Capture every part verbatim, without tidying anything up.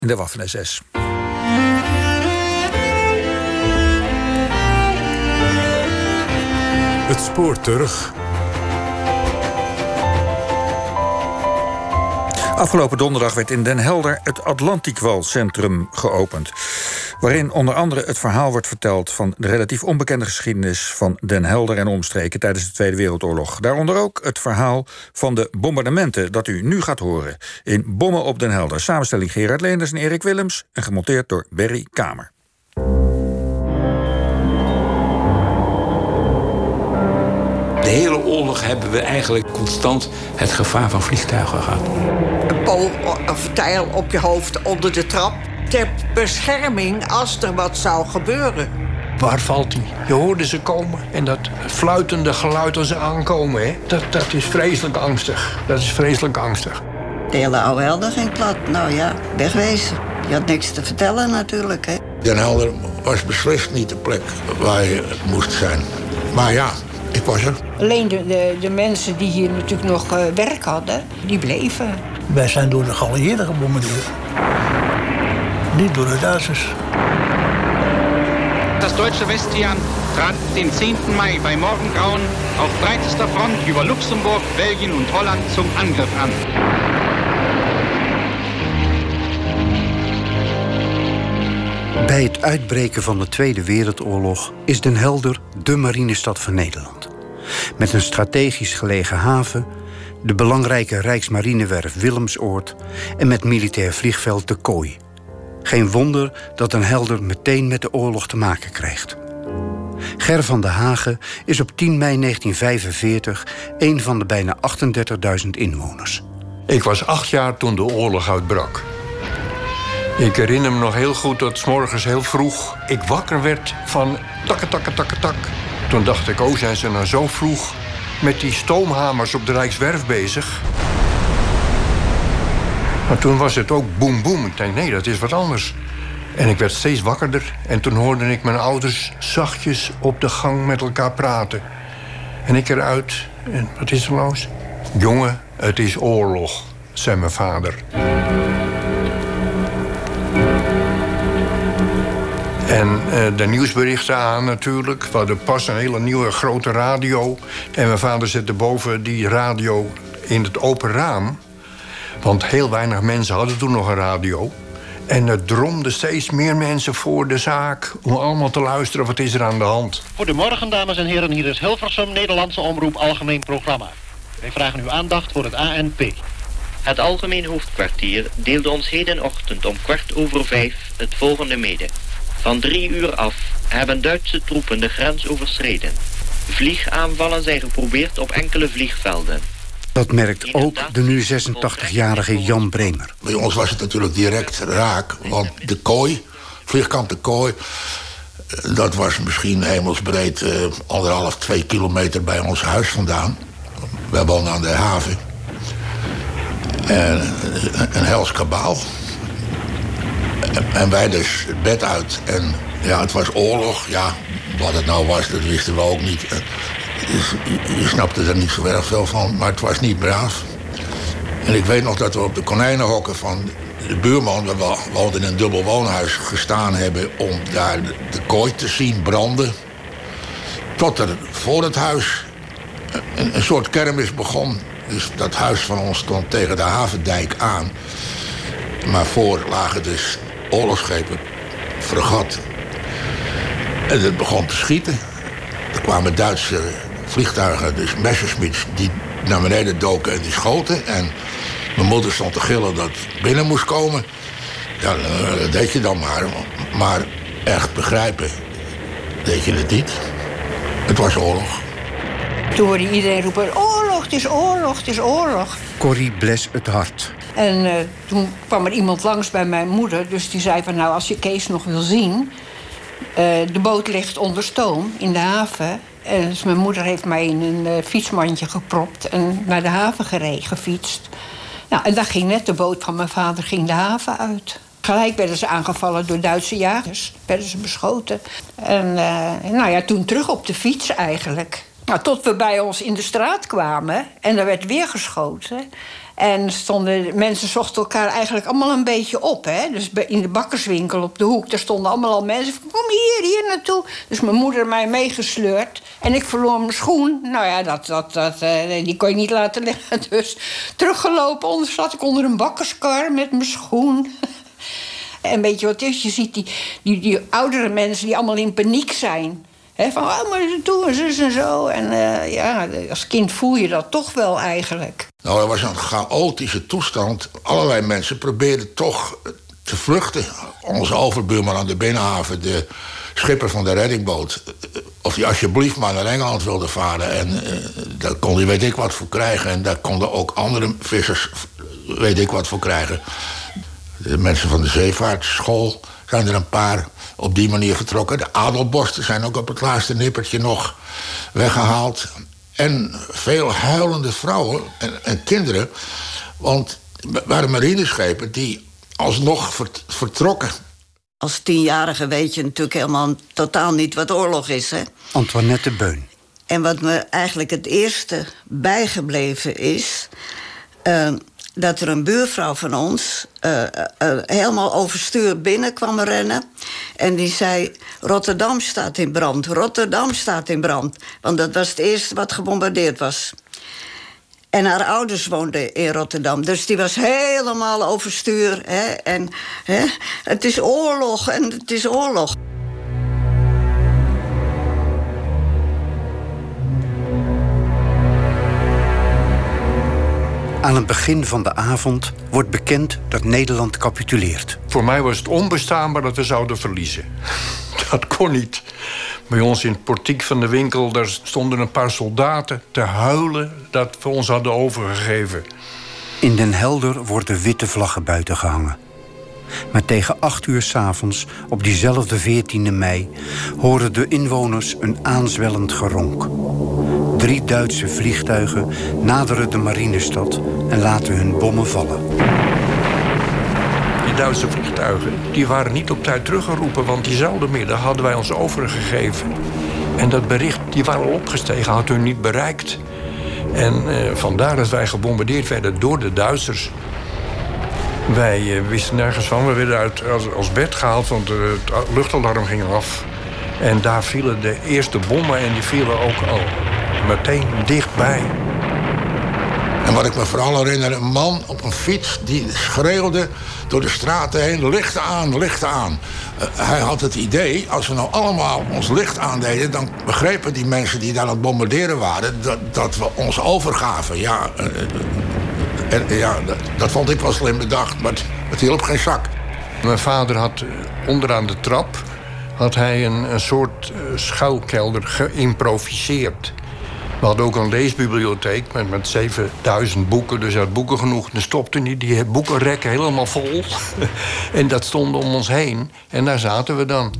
in de Waffen-S S. Het spoor terug. Afgelopen donderdag werd in Den Helder het Atlantikwalcentrum geopend, waarin onder andere het verhaal wordt verteld van de relatief onbekende geschiedenis van Den Helder en omstreken tijdens de Tweede Wereldoorlog. Daaronder ook het verhaal van de bombardementen dat u nu gaat horen in Bommen op Den Helder. Samenstelling Gerard Leenders en Erik Willems en gemonteerd door Berry Kamer. De hele oorlog hebben we eigenlijk constant het gevaar van vliegtuigen gehad. Een pool of tijl op je hoofd onder de trap. Ter bescherming als er wat zou gebeuren. Waar valt hij? Je hoorde ze komen. En dat fluitende geluid als ze aankomen, hè? Dat, dat is vreselijk angstig. Dat is vreselijk angstig. De hele oude Helder ging plat. Nou ja, wegwezen. Je had niks te vertellen natuurlijk, hè. Den Helder was beslist niet de plek waar je moest zijn. Maar ja, ik was er. Alleen de, de, de mensen die hier natuurlijk nog uh, werk hadden, die bleven. Wij zijn door de geallieerden gebombardeerd. Niet door de Duitsers. Das deutsche Westjahr trat den zehnten Mai bei Morgengrauen auf breitester Front über Luxemburg, Belgien und Holland zum Angriff an. Bij het uitbreken van de Tweede Wereldoorlog is Den Helder dé marinestad van Nederland. Met een strategisch gelegen haven, de belangrijke Rijksmarinewerf Willemsoord en met militair vliegveld De Kooi. Geen wonder dat Den Helder meteen met de oorlog te maken krijgt. Ger van de Hagen is op tien mei negentien vijfenveertig een van de bijna achtendertigduizend inwoners. Ik was acht jaar toen de oorlog uitbrak. Ik herinner me nog heel goed dat 's morgens heel vroeg ik wakker werd van takke, takke, takke, tak. Toen dacht ik, oh, zijn ze nou zo vroeg met die stoomhamers op de Rijkswerf bezig? Maar toen was het ook boem, boem. Ik denk, nee, dat is wat anders. En ik werd steeds wakkerder. En toen hoorde ik mijn ouders zachtjes op de gang met elkaar praten. En ik eruit. En wat is er los? Jongen, het is oorlog, zei mijn vader. En uh, de nieuwsberichten aan natuurlijk. We hadden pas een hele nieuwe grote radio. En mijn vader zette boven die radio in het open raam. Want heel weinig mensen hadden toen nog een radio. En er dromden steeds meer mensen voor de zaak om allemaal te luisteren wat is er aan de hand. Goedemorgen, dames en heren. Hier is Hilversum, Nederlandse Omroep Algemeen Programma. Wij vragen uw aandacht voor het A N P. Het Algemeen Hoofdkwartier deelde ons hedenochtend om kwart over vijf het volgende mede. Van drie uur af hebben Duitse troepen de grens overschreden. Vliegaanvallen zijn geprobeerd op enkele vliegvelden. Dat merkt ook de nu zesentachtigjarige Jan Bremer. Bij ons was het natuurlijk direct raak, want de Kooi, vliegkamp De Kooi, dat was misschien hemelsbreed uh, anderhalf, twee kilometer bij ons huis vandaan. Wij woonden aan de haven. En een hels kabaal. En wij dus het bed uit. En ja, het was oorlog. Ja, wat het nou was, dat wisten we ook niet. Dus je, je snapte er niet zo erg veel van, maar het was niet braaf. En ik weet nog dat we op de konijnenhokken van de buurman, we woonden in een dubbel woonhuis, gestaan hebben om daar de, de kooi te zien branden. Tot er voor het huis een, een soort kermis begon. Dus dat huis van ons stond tegen de havendijk aan. Maar voor lagen dus oorlogsschepen, fregat. En het begon te schieten. Er kwamen Duitse vliegtuigen, dus Messerschmitts, die naar beneden doken en die schoten. En mijn moeder stond te gillen dat het binnen moest komen. Ja, dat deed je dan maar. Maar echt begrijpen, deed je het niet. Het was oorlog. Toen hoorde iedereen roepen, oorlog, het is oorlog, het is oorlog. Corrie bles het hart. En uh, toen kwam er iemand langs bij mijn moeder. Dus die zei van, nou, als je Kees nog wil zien, Uh, de boot ligt onder stoom in de haven. En dus mijn moeder heeft mij in een uh, fietsmandje gepropt en naar de haven gereden, gefietst. Nou, en daar ging net de boot van mijn vader ging de haven uit. Gelijk werden ze aangevallen door Duitse jagers. Werden ze beschoten. En uh, nou ja, toen terug op de fiets eigenlijk. Nou, tot we bij ons in de straat kwamen. En er werd weer geschoten. En stonden, mensen zochten elkaar eigenlijk allemaal een beetje op. Hè? Dus in de bakkerswinkel op de hoek, daar stonden allemaal al mensen van, kom hier, hier naartoe. Dus mijn moeder mij meegesleurd. En ik verloor mijn schoen. Nou ja, dat, dat, dat, uh, die kon je niet laten liggen. Dus teruggelopen, onder, zat ik onder een bakkerskar met mijn schoen. En weet je wat het is? Je ziet die, die, die oudere mensen die allemaal in paniek zijn. He, van, oh, maar doe en zus en zo. En uh, ja, als kind voel je dat toch wel eigenlijk. Nou, er was een chaotische toestand. Allerlei mensen probeerden toch te vluchten. Onze overbuurman aan de binnenhaven, de schipper van de reddingboot, of hij alsjeblieft maar naar Engeland wilde varen. En uh, daar kon hij weet ik wat voor krijgen. En daar konden ook andere vissers weet ik wat voor krijgen. De mensen van de zeevaartschool zijn er een paar op die manier vertrokken. De adelborsten zijn ook op het laatste nippertje nog weggehaald. En veel huilende vrouwen en, en kinderen. Want er waren marineschepen die alsnog vert, vertrokken. Als tienjarige weet je natuurlijk helemaal totaal niet wat oorlog is, hè? Antoinette Beun. En wat me eigenlijk het eerste bijgebleven is, Uh, dat er een buurvrouw van ons uh, uh, helemaal overstuur binnen kwam rennen. En die zei, Rotterdam staat in brand, Rotterdam staat in brand. Want dat was het eerste wat gebombardeerd was. En haar ouders woonden in Rotterdam. Dus die was helemaal overstuur. Hè? En hè? Het is oorlog en het is oorlog. Aan het begin van de avond wordt bekend dat Nederland capituleert. Voor mij was het onbestaanbaar dat we zouden verliezen. Dat kon niet. Bij ons in het portiek van de winkel, daar stonden een paar soldaten te huilen dat we ons hadden overgegeven. In Den Helder worden witte vlaggen buiten gehangen. Maar tegen acht uur 's avonds, op diezelfde veertiende mei, horen de inwoners een aanzwellend geronk. Drie Duitse vliegtuigen naderen de marinestad en laten hun bommen vallen. Die Duitse vliegtuigen die waren niet op tijd teruggeroepen, want diezelfde middag hadden wij ons overgegeven. En dat bericht, die waren al opgestegen, had hun niet bereikt. En uh, vandaar dat wij gebombardeerd werden door de Duitsers. Wij uh, wisten nergens van. We werden uit als, als bed gehaald, want uh, het luchtalarm ging af. En daar vielen de eerste bommen en die vielen ook al meteen dichtbij. En wat ik me vooral herinner, een man op een fiets die schreeuwde door de straten heen, licht aan, licht aan. Uh, hij had het idee, als we nou allemaal ons licht aandeden, dan begrepen die mensen die daar aan het bombarderen waren dat, dat we ons overgaven. Ja, uh, uh, ja dat, dat vond ik wel slim bedacht, maar het, het hielp geen zak. Mijn vader had onderaan de trap had hij een, een soort uh, schuilkelder geïmproviseerd. We hadden ook een leesbibliotheek met, met zevenduizend boeken. Dus hij had boeken genoeg. Dan stopte hij die boekenrekken helemaal vol. En dat stond om ons heen. En daar zaten we dan.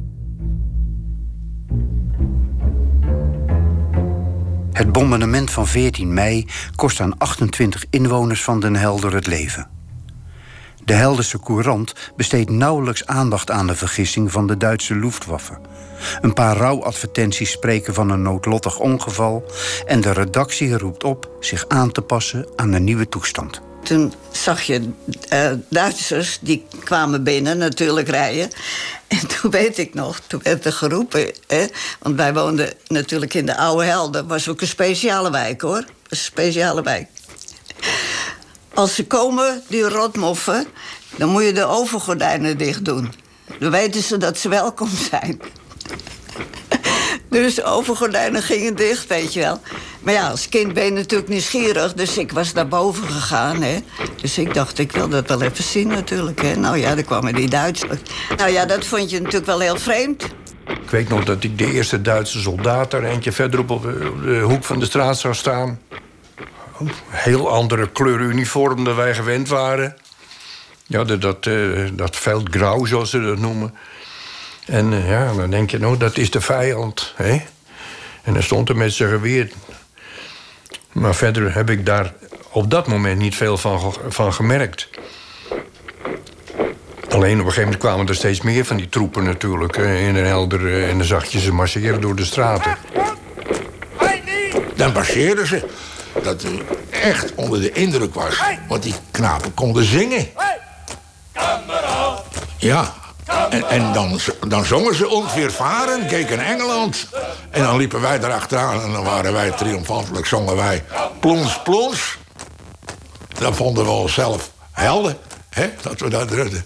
Het bombardement van veertien mei kost aan achtentwintig inwoners van Den Helder het leven. De Helderse Courant besteedt nauwelijks aandacht aan de vergissing van de Duitse Luftwaffe. Een paar rouwadvertenties spreken van een noodlottig ongeval en de redactie roept op zich aan te passen aan de nieuwe toestand. Toen zag je uh, Duitsers, die kwamen binnen natuurlijk rijden. En toen weet ik nog, toen werd er geroepen, hè, want wij woonden natuurlijk in de Oude Helder. Was ook een speciale wijk, hoor. Een speciale wijk. Als ze komen, die rotmoffen, dan moet je de overgordijnen dicht doen. Dan weten ze dat ze welkom zijn. Dus de overgordijnen gingen dicht, weet je wel. Maar ja, als kind ben je natuurlijk nieuwsgierig, dus ik was naar boven gegaan, hè. Dus ik dacht, ik wil dat wel even zien natuurlijk, hè. Nou ja, dan kwamen die Duitsers. Nou ja, dat vond je natuurlijk wel heel vreemd. Ik weet nog dat ik de eerste Duitse soldaat daar eentje verderop op de hoek van de straat zou staan. Heel andere kleur uniform dan wij gewend waren. Ja, dat, dat, uh, dat veldgrauw, zoals ze dat noemen. En uh, ja, dan denk je, nou, dat is de vijand. Hè? En dan stond er met zijn geweer. Maar verder heb ik daar op dat moment niet veel van, van gemerkt. Alleen op een gegeven moment kwamen er steeds meer van die troepen natuurlijk. Uh, in Den Helder, uh, en dan zag je ze marcheren door de straten. Dan marcheerden ze. Dat, echt onder de indruk was. Want die knapen konden zingen. Ja. En, en dan, dan zongen ze ongeveer varen, keken Engeland. En dan liepen wij erachteraan en dan waren wij triomfantelijk, zongen wij plons, plons. Dat vonden we onszelf helden, hè, dat we dat drukten.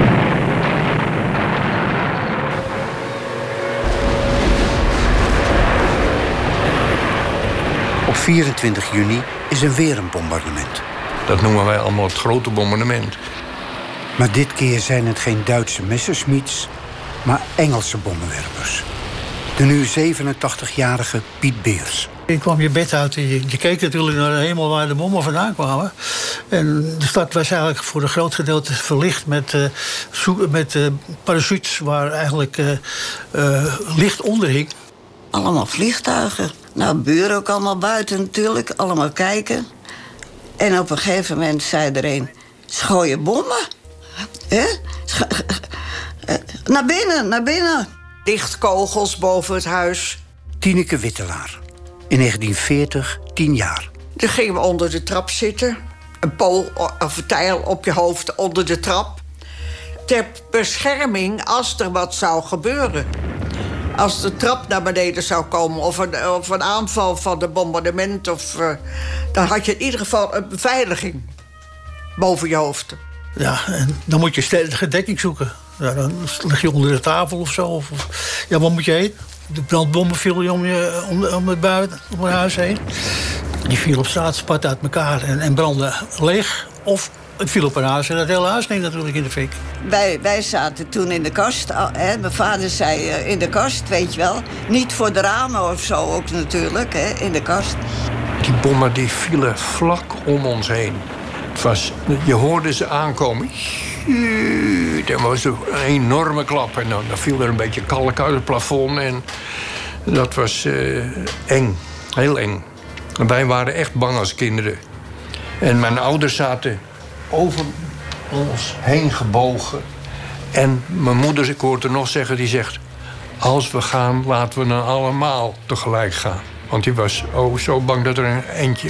Op vierentwintig juni is er weer een bombardement. Dat noemen wij allemaal het grote bombardement. Maar dit keer zijn het geen Duitse Messerschmitts, maar Engelse bommenwerpers. De nu zevenentachtigjarige Piet Beers. Je kwam je bed uit en je, je keek natuurlijk naar de hemel waar de bommen vandaan kwamen. En de stad was eigenlijk voor een groot gedeelte verlicht met, uh, zo, met uh, parachutes waar eigenlijk uh, uh, licht onder hing. Allemaal vliegtuigen. Nou, buren ook allemaal buiten natuurlijk, allemaal kijken. En op een gegeven moment zei er een: schooien bommen. Hè? Scho- uh, naar binnen, naar binnen. Dichtkogels boven het huis. Tineke Wittelaar. In negentien veertig, tien jaar. Toen gingen we onder de trap zitten. Een pool of een tijl op je hoofd onder de trap. Ter bescherming als er wat zou gebeuren. Als de trap naar beneden zou komen of een, of een aanval van de bombardement... Of, uh, dan had je in ieder geval een beveiliging boven je hoofd. Ja, en dan moet je stevige dekking zoeken. Ja, dan lig je onder de tafel of zo. Of, ja, wat moet je heen? De brandbommen vielen om, je, om, om het buiten, om het huis heen. Die viel op straat, spat uit elkaar en, en brandde leeg. Of het viel op een huis en het hele huis ging natuurlijk in de fik. Wij, wij zaten toen in de kast. Hè. Mijn vader zei uh, in de kast, weet je wel. Niet voor de ramen of zo ook natuurlijk, hè, in de kast. Die bommen die vielen vlak om ons heen. Het was, je hoorde ze aankomen. Er was een enorme klap en dan, dan viel er een beetje kalk uit het plafond. En dat was uh, eng, heel eng. En wij waren echt bang als kinderen. En mijn ouders zaten over ons heen gebogen. En mijn moeder, ik hoorde nog zeggen, die zegt: als we gaan, laten we dan allemaal tegelijk gaan. Want die was oh, zo bang dat er een eentje...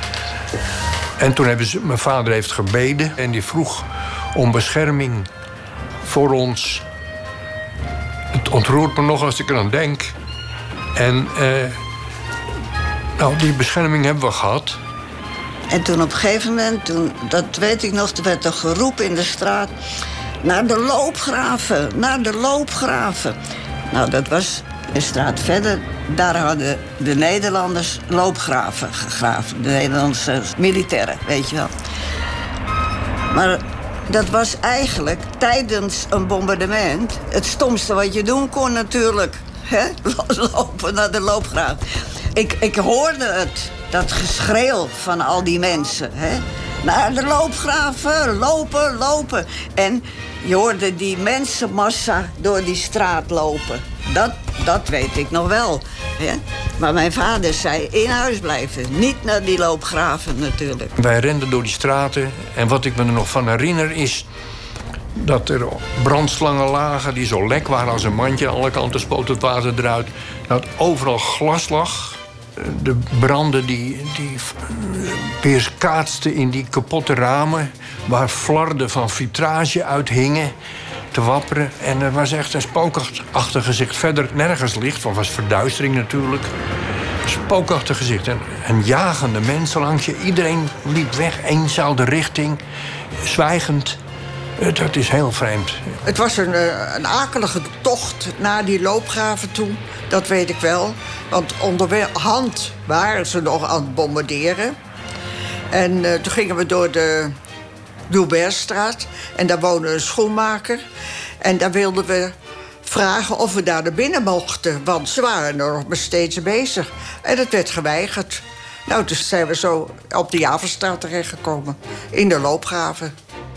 En toen hebben ze, mijn vader heeft gebeden en die vroeg om bescherming voor ons. Het ontroert me nog als ik er aan denk. En uh, nou, die bescherming hebben we gehad. En toen op een gegeven moment, toen, dat weet ik nog, er werd er geroepen in de straat: naar de loopgraven, naar de loopgraven. Nou, dat was een straat verder. Daar hadden de Nederlanders loopgraven gegraven. De Nederlandse militairen, weet je wel. Maar dat was eigenlijk tijdens een bombardement het stomste wat je doen kon natuurlijk. Hè? Lopen naar de loopgraaf. Ik, ik hoorde het, dat geschreeuw van al die mensen. Hè? Naar de loopgraven, lopen, lopen. En je hoorde die mensenmassa door die straat lopen. Dat, dat weet ik nog wel. Hè? Maar mijn vader zei: in huis blijven, niet naar die loopgraven natuurlijk. Wij renden door die straten en wat ik me er nog van herinner is dat er brandslangen lagen die zo lek waren als een mandje. Aan alle kanten spoot het water eruit. Dat overal glas lag. De branden die, die weerkaatsten in die kapotte ramen, waar flarden van vitrage uit hingen te wapperen. En er was echt een spookachtig gezicht. Verder nergens licht, want het was verduistering natuurlijk. Spookachtig gezicht. En, en jagende mensen langs je. Iedereen liep weg, eenzelfde richting, zwijgend. Dat is heel vreemd. Het was een, een akelige tocht naar die loopgraven toe. Dat weet ik wel. Want onderhand waren ze nog aan het bombarderen. En uh, toen gingen we door de Doelbergstraat. En daar woonde een schoenmaker. En daar wilden we vragen of we daar naar binnen mochten. Want ze waren er nog maar steeds bezig. En het werd geweigerd. Nou, dus zijn we zo op de Javerstraat terechtgekomen. In de loopgraven.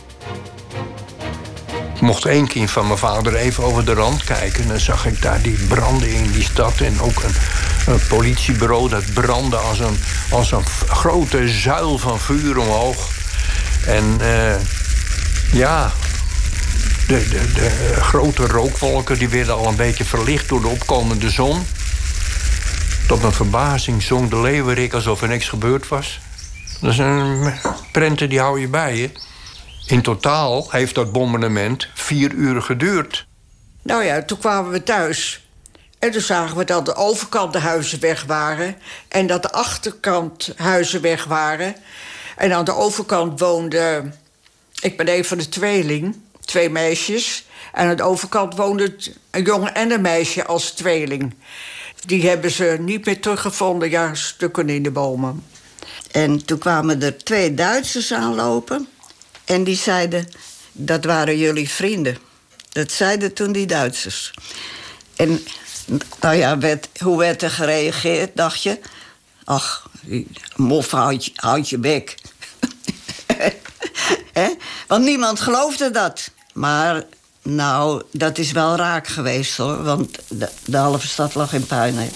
Ik mocht één keer van mijn vader even over de rand kijken. En dan zag ik daar die branden in die stad. En ook een, een politiebureau dat brandde als een, als een grote zuil van vuur omhoog. En uh, ja, de, de, de grote rookwolken die werden al een beetje verlicht door de opkomende zon. Tot mijn verbazing zong de leeuwerik alsof er niks gebeurd was. Dat zijn prenten die hou je bij je. In totaal heeft dat bombardement vier uur geduurd. Nou ja, toen kwamen we thuis. En toen zagen we dat de overkant de huizen weg waren. En dat de achterkant huizen weg waren. En aan de overkant woonde... Ik ben een van de tweeling, twee meisjes. En aan de overkant woonde een jongen en een meisje als tweeling. Die hebben ze niet meer teruggevonden, ja, stukken in de bomen. En toen kwamen er twee Duitsers aanlopen. En die zeiden, dat waren jullie vrienden. Dat zeiden toen die Duitsers. En nou ja, werd, hoe werd er gereageerd, dacht je? Ach, mof, houd je, houd je bek. He? Want niemand geloofde dat. Maar nou, dat is wel raak geweest, hoor. Want de, de halve stad lag in puin. He.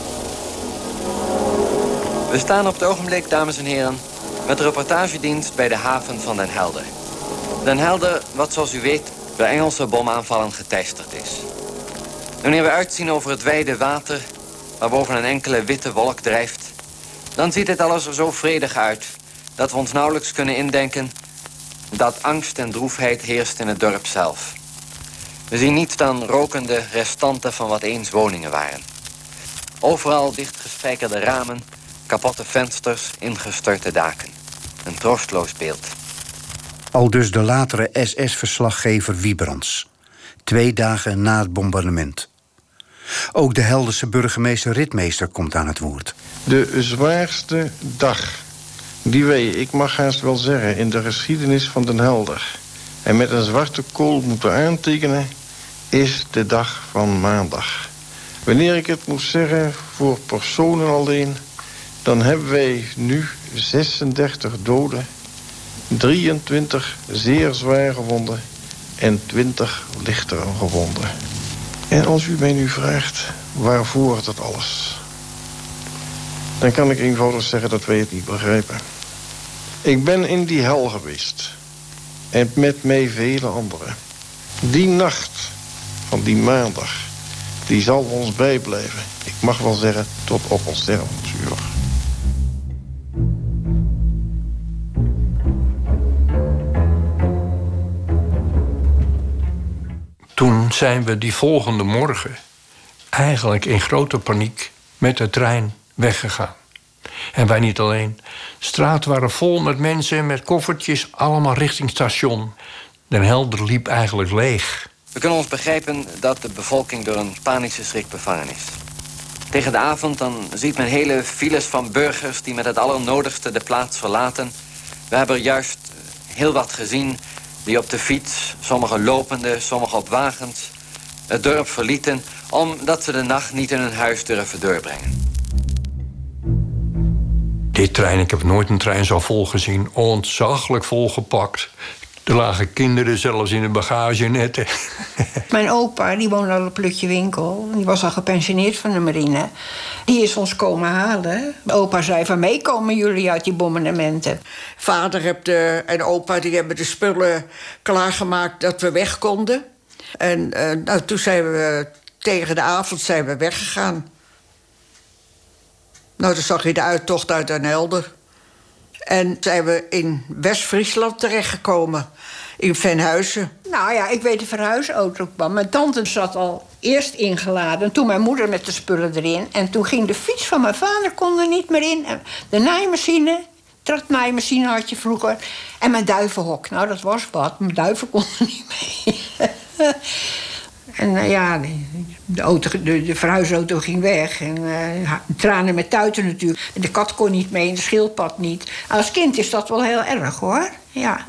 We staan op het ogenblik, dames en heren, met de reportagedienst bij de haven van Den Helder. Den Helder, wat zoals u weet, door Engelse bomaanvallen geteisterd is. Wanneer we uitzien over het wijde water, waarboven een enkele witte wolk drijft, dan ziet het alles er zo vredig uit dat we ons nauwelijks kunnen indenken dat angst en droefheid heerst in het dorp zelf. We zien niets dan rokende restanten van wat eens woningen waren. Overal dichtgespijkerde ramen, kapotte vensters, ingestorte daken. Een troosteloos beeld. Aldus de latere S S-verslaggever Wiebrands. Twee dagen na het bombardement. Ook de Helderse burgemeester Ritmeester komt aan het woord. De zwaarste dag die wij, ik mag haast wel zeggen, in de geschiedenis van Den Helder en met een zwarte kool moeten aantekenen, is de dag van maandag. Wanneer ik het moet zeggen voor personen alleen, dan hebben wij nu zesendertig doden, drieëntwintig zeer zwaar gewonden en twintig lichtere gewonden. En als u mij nu vraagt waarvoor dat alles, dan kan ik eenvoudig zeggen dat wij het niet begrijpen. Ik ben in die hel geweest. En met mij vele anderen. Die nacht van die maandag, die zal ons bijblijven. Ik mag wel zeggen, tot op ons stervensuur. Toen zijn we die volgende morgen eigenlijk in grote paniek met de trein weggegaan. En wij niet alleen. De straten waren vol met mensen met koffertjes, allemaal richting station. Den Helder liep eigenlijk leeg. We kunnen ons begrijpen dat de bevolking door een panische schrik bevangen is. Tegen de avond dan ziet men hele files van burgers die met het allernodigste de plaats verlaten. We hebben er juist heel wat gezien die op de fiets, sommigen lopende, sommigen op wagens, het dorp verlieten omdat ze de nacht niet in hun huis durven doorbrengen. Die trein, ik heb nooit een trein zo vol gezien. Ontzaglijk volgepakt. Er lagen kinderen zelfs in de bagagenetten. Mijn opa, die woonde al op Plutjewinkel. Die was al gepensioneerd van de marine. Die is ons komen halen. Opa zei van, meekomen jullie uit die bombardementen. Vader heb de, en opa die hebben de spullen klaargemaakt dat we weg konden. En uh, nou, toen zijn we tegen de avond zijn we weggegaan. Nou, dan zag je de uittocht uit Den Helder. En zijn we in West-Friesland terechtgekomen, in Venhuizen. Nou ja, ik weet de verhuisauto kwam. Mijn tante zat al eerst ingeladen, toen mijn moeder met de spullen erin. En toen ging de fiets van mijn vader kon er niet meer in. En de naaimachine, trapnaaimachine had je vroeger. En mijn duivenhok, nou dat was wat. Mijn duiven konden niet mee. En uh, ja, de, de, auto, de, de verhuisauto ging weg. En uh, tranen met tuiten natuurlijk. De kat kon niet mee en de schildpad niet. Als kind is dat wel heel erg, hoor. Ja.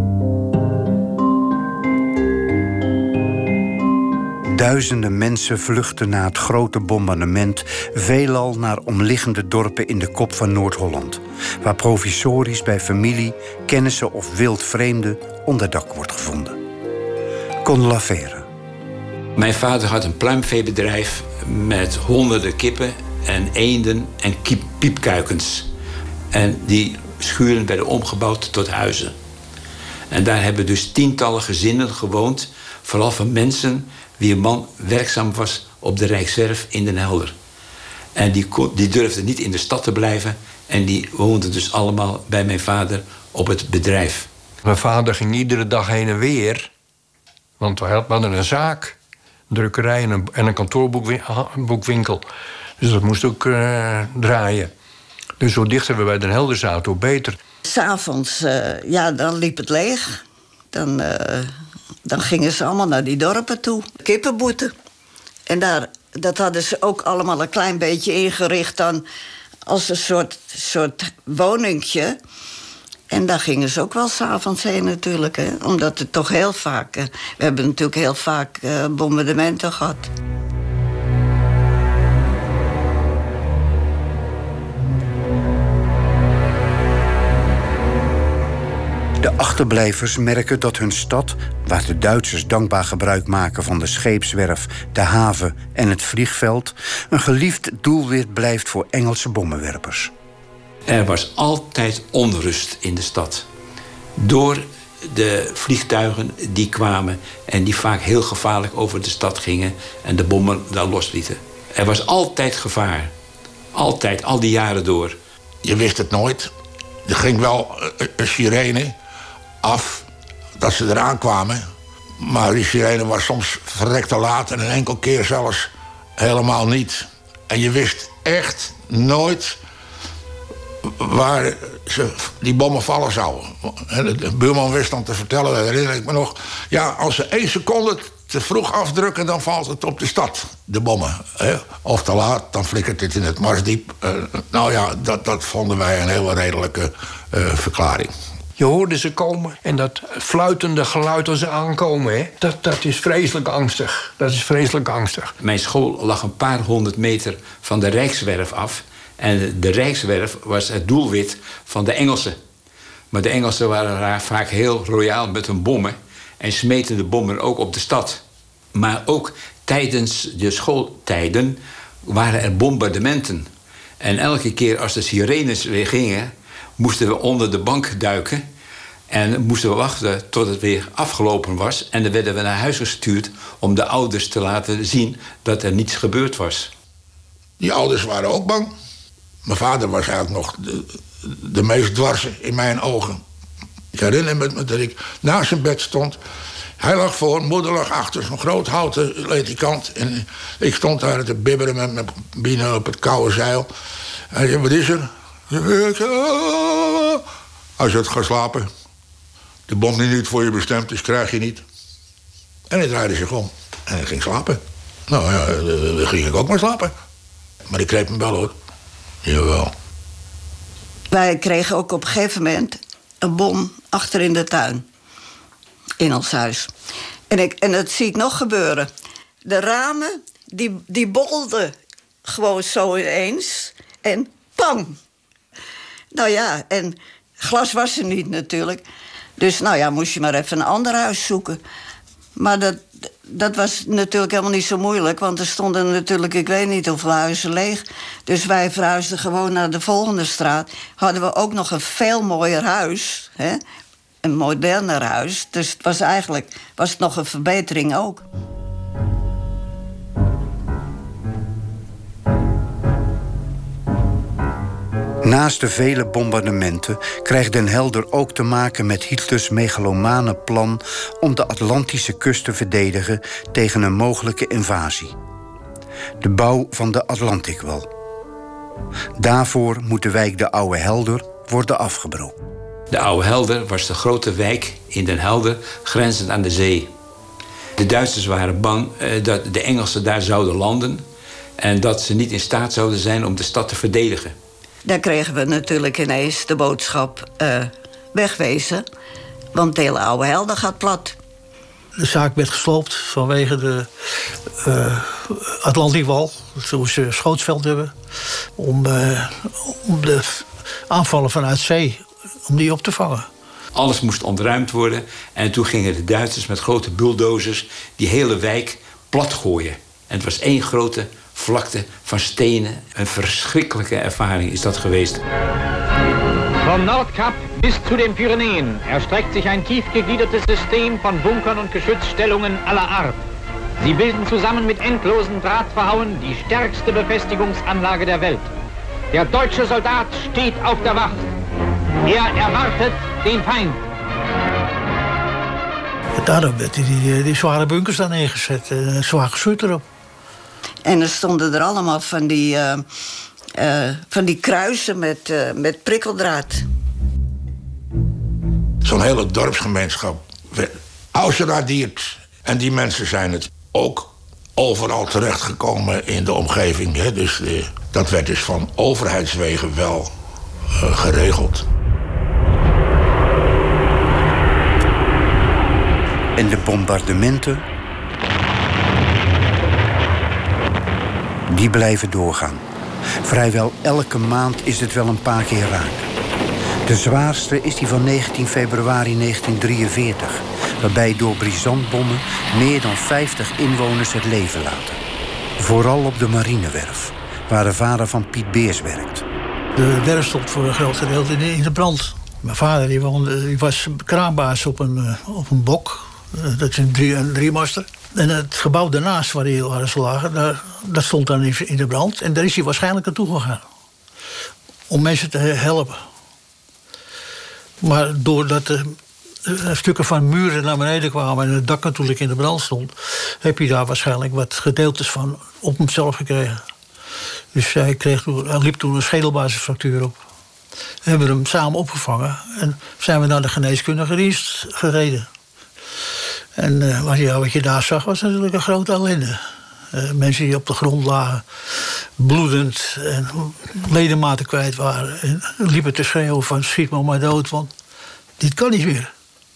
Duizenden mensen vluchten na het grote bombardement, veelal naar omliggende dorpen in de kop van Noord-Holland, waar provisorisch bij familie, kennissen of wildvreemden onderdak wordt gevonden. Con Lafere. Mijn vader had een pluimveebedrijf met honderden kippen en eenden en piepkuikens. En die schuren werden omgebouwd tot huizen. En daar hebben dus tientallen gezinnen gewoond, vooral van mensen wie een man werkzaam was op de Rijkswerf in Den Helder. En die, die durfden niet in de stad te blijven. En die woonden dus allemaal bij mijn vader op het bedrijf. Mijn vader ging iedere dag heen en weer. Want we hadden een zaak, een drukkerij en een, en een kantoorboekwinkel. Dus dat moest ook uh, draaien. Dus hoe dichter we bij Den Helder zaten, hoe beter. 'S Avonds, uh, ja, dan liep het leeg. Dan, uh, dan gingen ze allemaal naar die dorpen toe. Kippenboeten. En daar, dat hadden ze ook allemaal een klein beetje ingericht dan als een soort, soort woningje. En daar gingen ze ook wel 's avonds heen natuurlijk. Hè? Omdat het toch heel vaak... Uh, we hebben natuurlijk heel vaak uh, bombardementen gehad. De achterblijvers merken dat hun stad, waar de Duitsers dankbaar gebruik maken van de scheepswerf, de haven en het vliegveld, een geliefd doelwit blijft voor Engelse bommenwerpers. Er was altijd onrust in de stad. Door de vliegtuigen die kwamen en die vaak heel gevaarlijk over de stad gingen en de bommen daar loslieten. Er was altijd gevaar. Altijd, al die jaren door. Je wist het nooit. Er ging wel een sirene af dat ze eraan kwamen. Maar die sirene was soms verrekt te laat en een enkel keer zelfs helemaal niet. En je wist echt nooit waar ze die bommen vallen zouden. De buurman wist dan te vertellen, dat herinner ik me nog. Ja, als ze één seconde te vroeg afdrukken, dan valt het op de stad, de bommen. Of te laat, dan flikkert het in het Marsdiep. Nou ja, dat, dat vonden wij een heel redelijke uh, verklaring. Je hoorde ze komen en dat fluitende geluid als ze aankomen, hè, dat, dat is vreselijk angstig. Dat is vreselijk angstig. Mijn school lag een paar honderd meter van de Rijkswerf af. En de Rijkswerf was het doelwit van de Engelsen. Maar de Engelsen waren vaak heel royaal met hun bommen en smeten de bommen ook op de stad. Maar ook tijdens de schooltijden waren er bombardementen. En elke keer als de sirenes weer gingen, moesten we onder de bank duiken en moesten we wachten tot het weer afgelopen was. En dan werden we naar huis gestuurd om de ouders te laten zien dat er niets gebeurd was. Die ouders waren ook bang. Mijn vader was eigenlijk nog de, de meest dwarse in mijn ogen. Ik herinner me dat ik naast zijn bed stond. Hij lag voor, moeder lag achter, zo'n groot houten ledikant. En ik stond daar te bibberen met mijn benen op het koude zeil. Hij zei, wat is er? Hij zei, ga slapen. De bom die niet voor je bestemd is, krijg je niet. En hij draaide zich om. En hij ging slapen. Nou ja, dan ging ik ook maar slapen. Maar ik kreeg hem wel, hoor. Jawel. Wij kregen ook op een gegeven moment een bom achter in de tuin. In ons huis. En, ik, en dat zie ik nog gebeuren. De ramen, die, die bolden gewoon zo ineens. En pam! Nou ja, en glas was er niet natuurlijk. Dus nou ja, moest je maar even een ander huis zoeken. Maar dat, dat was natuurlijk helemaal niet zo moeilijk. Want er stonden natuurlijk, ik weet niet hoeveel huizen leeg. Dus wij verhuisden gewoon naar de volgende straat. Hadden we ook nog een veel mooier huis. Hè? Een moderner huis. Dus het was eigenlijk was het nog een verbetering ook. Naast de vele bombardementen krijgt Den Helder ook te maken met Hitlers megalomane plan om de Atlantische kust te verdedigen tegen een mogelijke invasie. De bouw van de Atlantikwall. Daarvoor moet de wijk de Oude Helder worden afgebroken. De Oude Helder was de grote wijk in Den Helder, grenzend aan de zee. De Duitsers waren bang eh, dat de Engelsen daar zouden landen en dat ze niet in staat zouden zijn om de stad te verdedigen. Daar kregen we natuurlijk ineens de boodschap uh, wegwezen. Want de hele Oude Helder gaat plat. De zaak werd gesloopt vanwege de uh, Atlantikwall. Toen ze een schootsveld hebben. Om, uh, om de aanvallen vanuit zee, om die op te vangen. Alles moest ontruimd worden. En toen gingen de Duitsers met grote bulldozers die hele wijk plat gooien. En het was één grote vlakte van stenen. Een verschrikkelijke ervaring is dat geweest. Vom Nordkap bis zu den Pyrenäen erstreckt sich ein tief gegliedertes System von Bunkern und Geschützstellungen aller Art. Sie bilden zusammen mit endlosen Drahtverhauen die stärkste Befestigungsanlage der Welt. Der deutsche Soldat steht auf der Wacht. Er erwartet den Feind. Daarom werd die, die, die zware bunkers daar neergezet. Een zwaar geschut erop. En er stonden er allemaal van die, uh, uh, van die kruisen met, uh, met prikkeldraad. Zo'n hele dorpsgemeenschap werd ausgeradierd. En die mensen zijn het ook overal terechtgekomen in de omgeving. Hè. Dus uh, dat werd dus van overheidswegen wel uh, geregeld. En de bombardementen, die blijven doorgaan. Vrijwel elke maand is het wel een paar keer raak. De zwaarste is die van negentien februari negentien drieënveertig... waarbij door brisantbommen meer dan vijftig inwoners het leven laten. Vooral op de marinewerf, waar de vader van Piet Beers werkt. De werf stond voor een groot gedeelte in de brand. Mijn vader die woonde, die was kraanbaas op een, op een bok. Dat is een, drie, een driemaster. En het gebouw daarnaast waar die waren lagen, daar, dat stond dan in de brand. En daar is hij waarschijnlijk naartoe gegaan. Om mensen te helpen. Maar doordat de stukken van muren naar beneden kwamen en het dak natuurlijk in de brand stond, heb hij daar waarschijnlijk wat gedeeltes van op hemzelf gekregen. Dus hij, kreeg toen, hij liep toen een schedelbasisfractuur op. We hebben hem samen opgevangen en zijn we naar de geneeskundige dienst gereden. En uh, wat, je, wat je daar zag was natuurlijk een grote ellende. Uh, mensen die op de grond lagen, bloedend en ledematen kwijt waren. En liepen te schreeuwen van schiet me maar dood, want dit kan niet meer.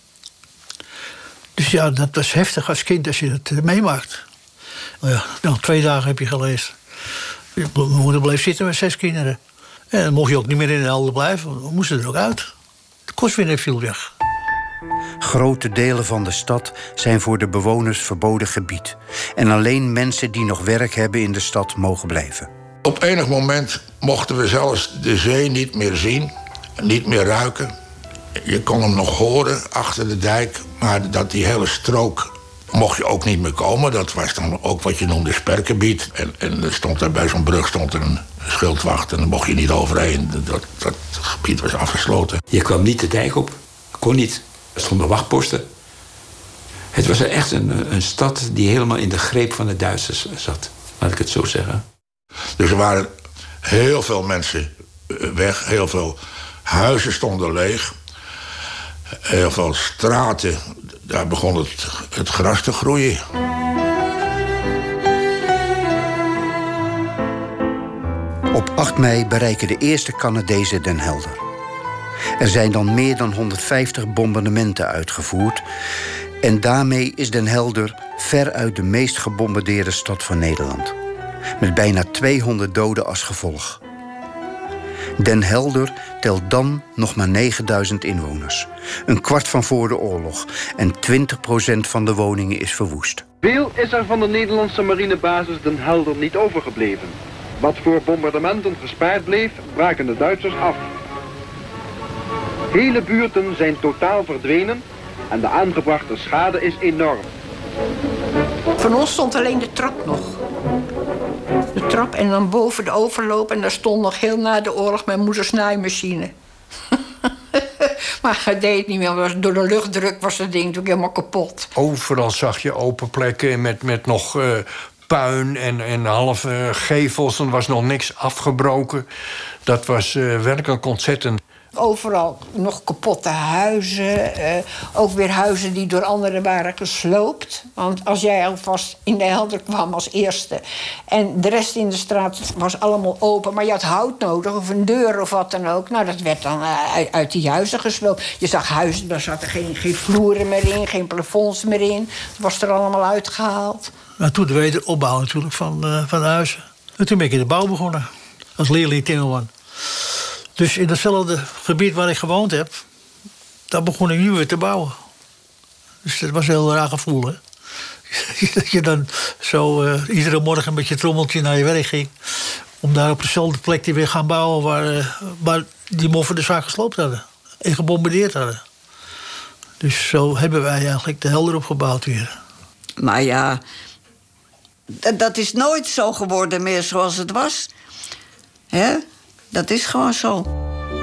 Dus ja, dat was heftig als kind als je het meemaakt. Nou ja, nou, twee dagen heb je gelezen. Mijn moeder bleef zitten met zes kinderen. En dan mocht je ook niet meer in de Helder blijven, want we moesten er ook uit. De kostwinner viel weg. Grote delen van de stad zijn voor de bewoners verboden gebied. En alleen mensen die nog werk hebben in de stad mogen blijven. Op enig moment mochten we zelfs de zee niet meer zien, niet meer ruiken. Je kon hem nog horen achter de dijk, maar dat die hele strook mocht je ook niet meer komen. Dat was dan ook wat je noemde spergebied. En, en er stond daar bij zo'n brug stond er een schildwacht en daar mocht je niet overheen. Dat, dat gebied was afgesloten. Je kwam niet de dijk op, kon niet. Er stonden wachtposten. Het was echt een, een stad die helemaal in de greep van de Duitsers zat. Laat ik het zo zeggen. Dus er waren heel veel mensen weg. Heel veel huizen stonden leeg. Heel veel straten. Daar begon het, het gras te groeien. Op acht mei bereiken de eerste Canadezen Den Helder. Er zijn dan meer dan honderdvijftig bombardementen uitgevoerd. En daarmee is Den Helder veruit de meest gebombardeerde stad van Nederland. Met bijna tweehonderd doden als gevolg. Den Helder telt dan nog maar negenduizend inwoners. Een kwart van voor de oorlog. En twintig procent van de woningen is verwoest. Veel is er van de Nederlandse marinebasis Den Helder niet overgebleven. Wat voor bombardementen gespaard bleef, braken de Duitsers af. Hele buurten zijn totaal verdwenen en de aangebrachte schade is enorm. Van ons stond alleen de trap nog. De trap en dan boven de overloop en daar stond nog heel na de oorlog mijn moeders naaimachine. Maar het deed niet meer, door de luchtdruk was dat ding natuurlijk helemaal kapot. Overal zag je open plekken met, met nog uh, puin en, en halve gevels. Er was nog niks afgebroken. Dat was uh, werkelijk ontzettend. Overal nog kapotte huizen. Uh, ook weer huizen die door anderen waren gesloopt. Want als jij alvast in de Helder kwam als eerste en de rest in de straat was allemaal open, maar je had hout nodig of een deur of wat dan ook. Nou, dat werd dan uh, uit, uit die huizen gesloopt. Je zag huizen, daar zaten geen, geen vloeren meer in, geen plafonds meer in. Dat was er allemaal uitgehaald. Nou, toen de wederopbouw natuurlijk van, uh, van de huizen. En toen ben ik in de bouw begonnen. Als leerling timmerman. Dus in datzelfde gebied waar ik gewoond heb, daar begon ik nu weer te bouwen. Dus dat was een heel raar gevoel, hè. Dat je dan zo uh, iedere morgen met je trommeltje naar je werk ging, om daar op dezelfde plek te weer gaan bouwen waar, uh, waar die moffen de zaak gesloopt hadden. En gebombardeerd hadden. Dus zo hebben wij eigenlijk de Helder opgebouwd weer. Maar ja, dat is nooit zo geworden meer zoals het was. Hè? Dat is gewoon zo.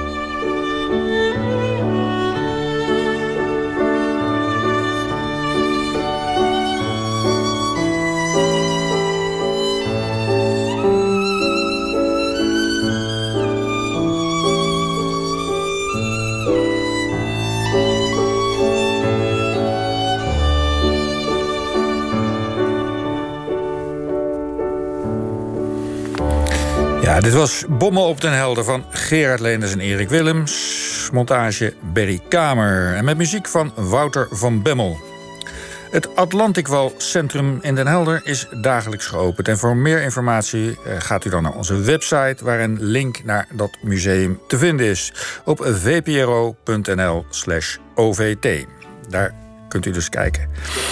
Ja, dit was Bommen op den Helder van Gerard Leenders en Erik Willems. Montage Berry Kamer. En met muziek van Wouter van Bemmel. Het Atlantikwal Centrum in Den Helder is dagelijks geopend. En voor meer informatie gaat u dan naar onze website, waar een link naar dat museum te vinden is. Op vpro punt n l slash o v t. Daar kunt u dus kijken.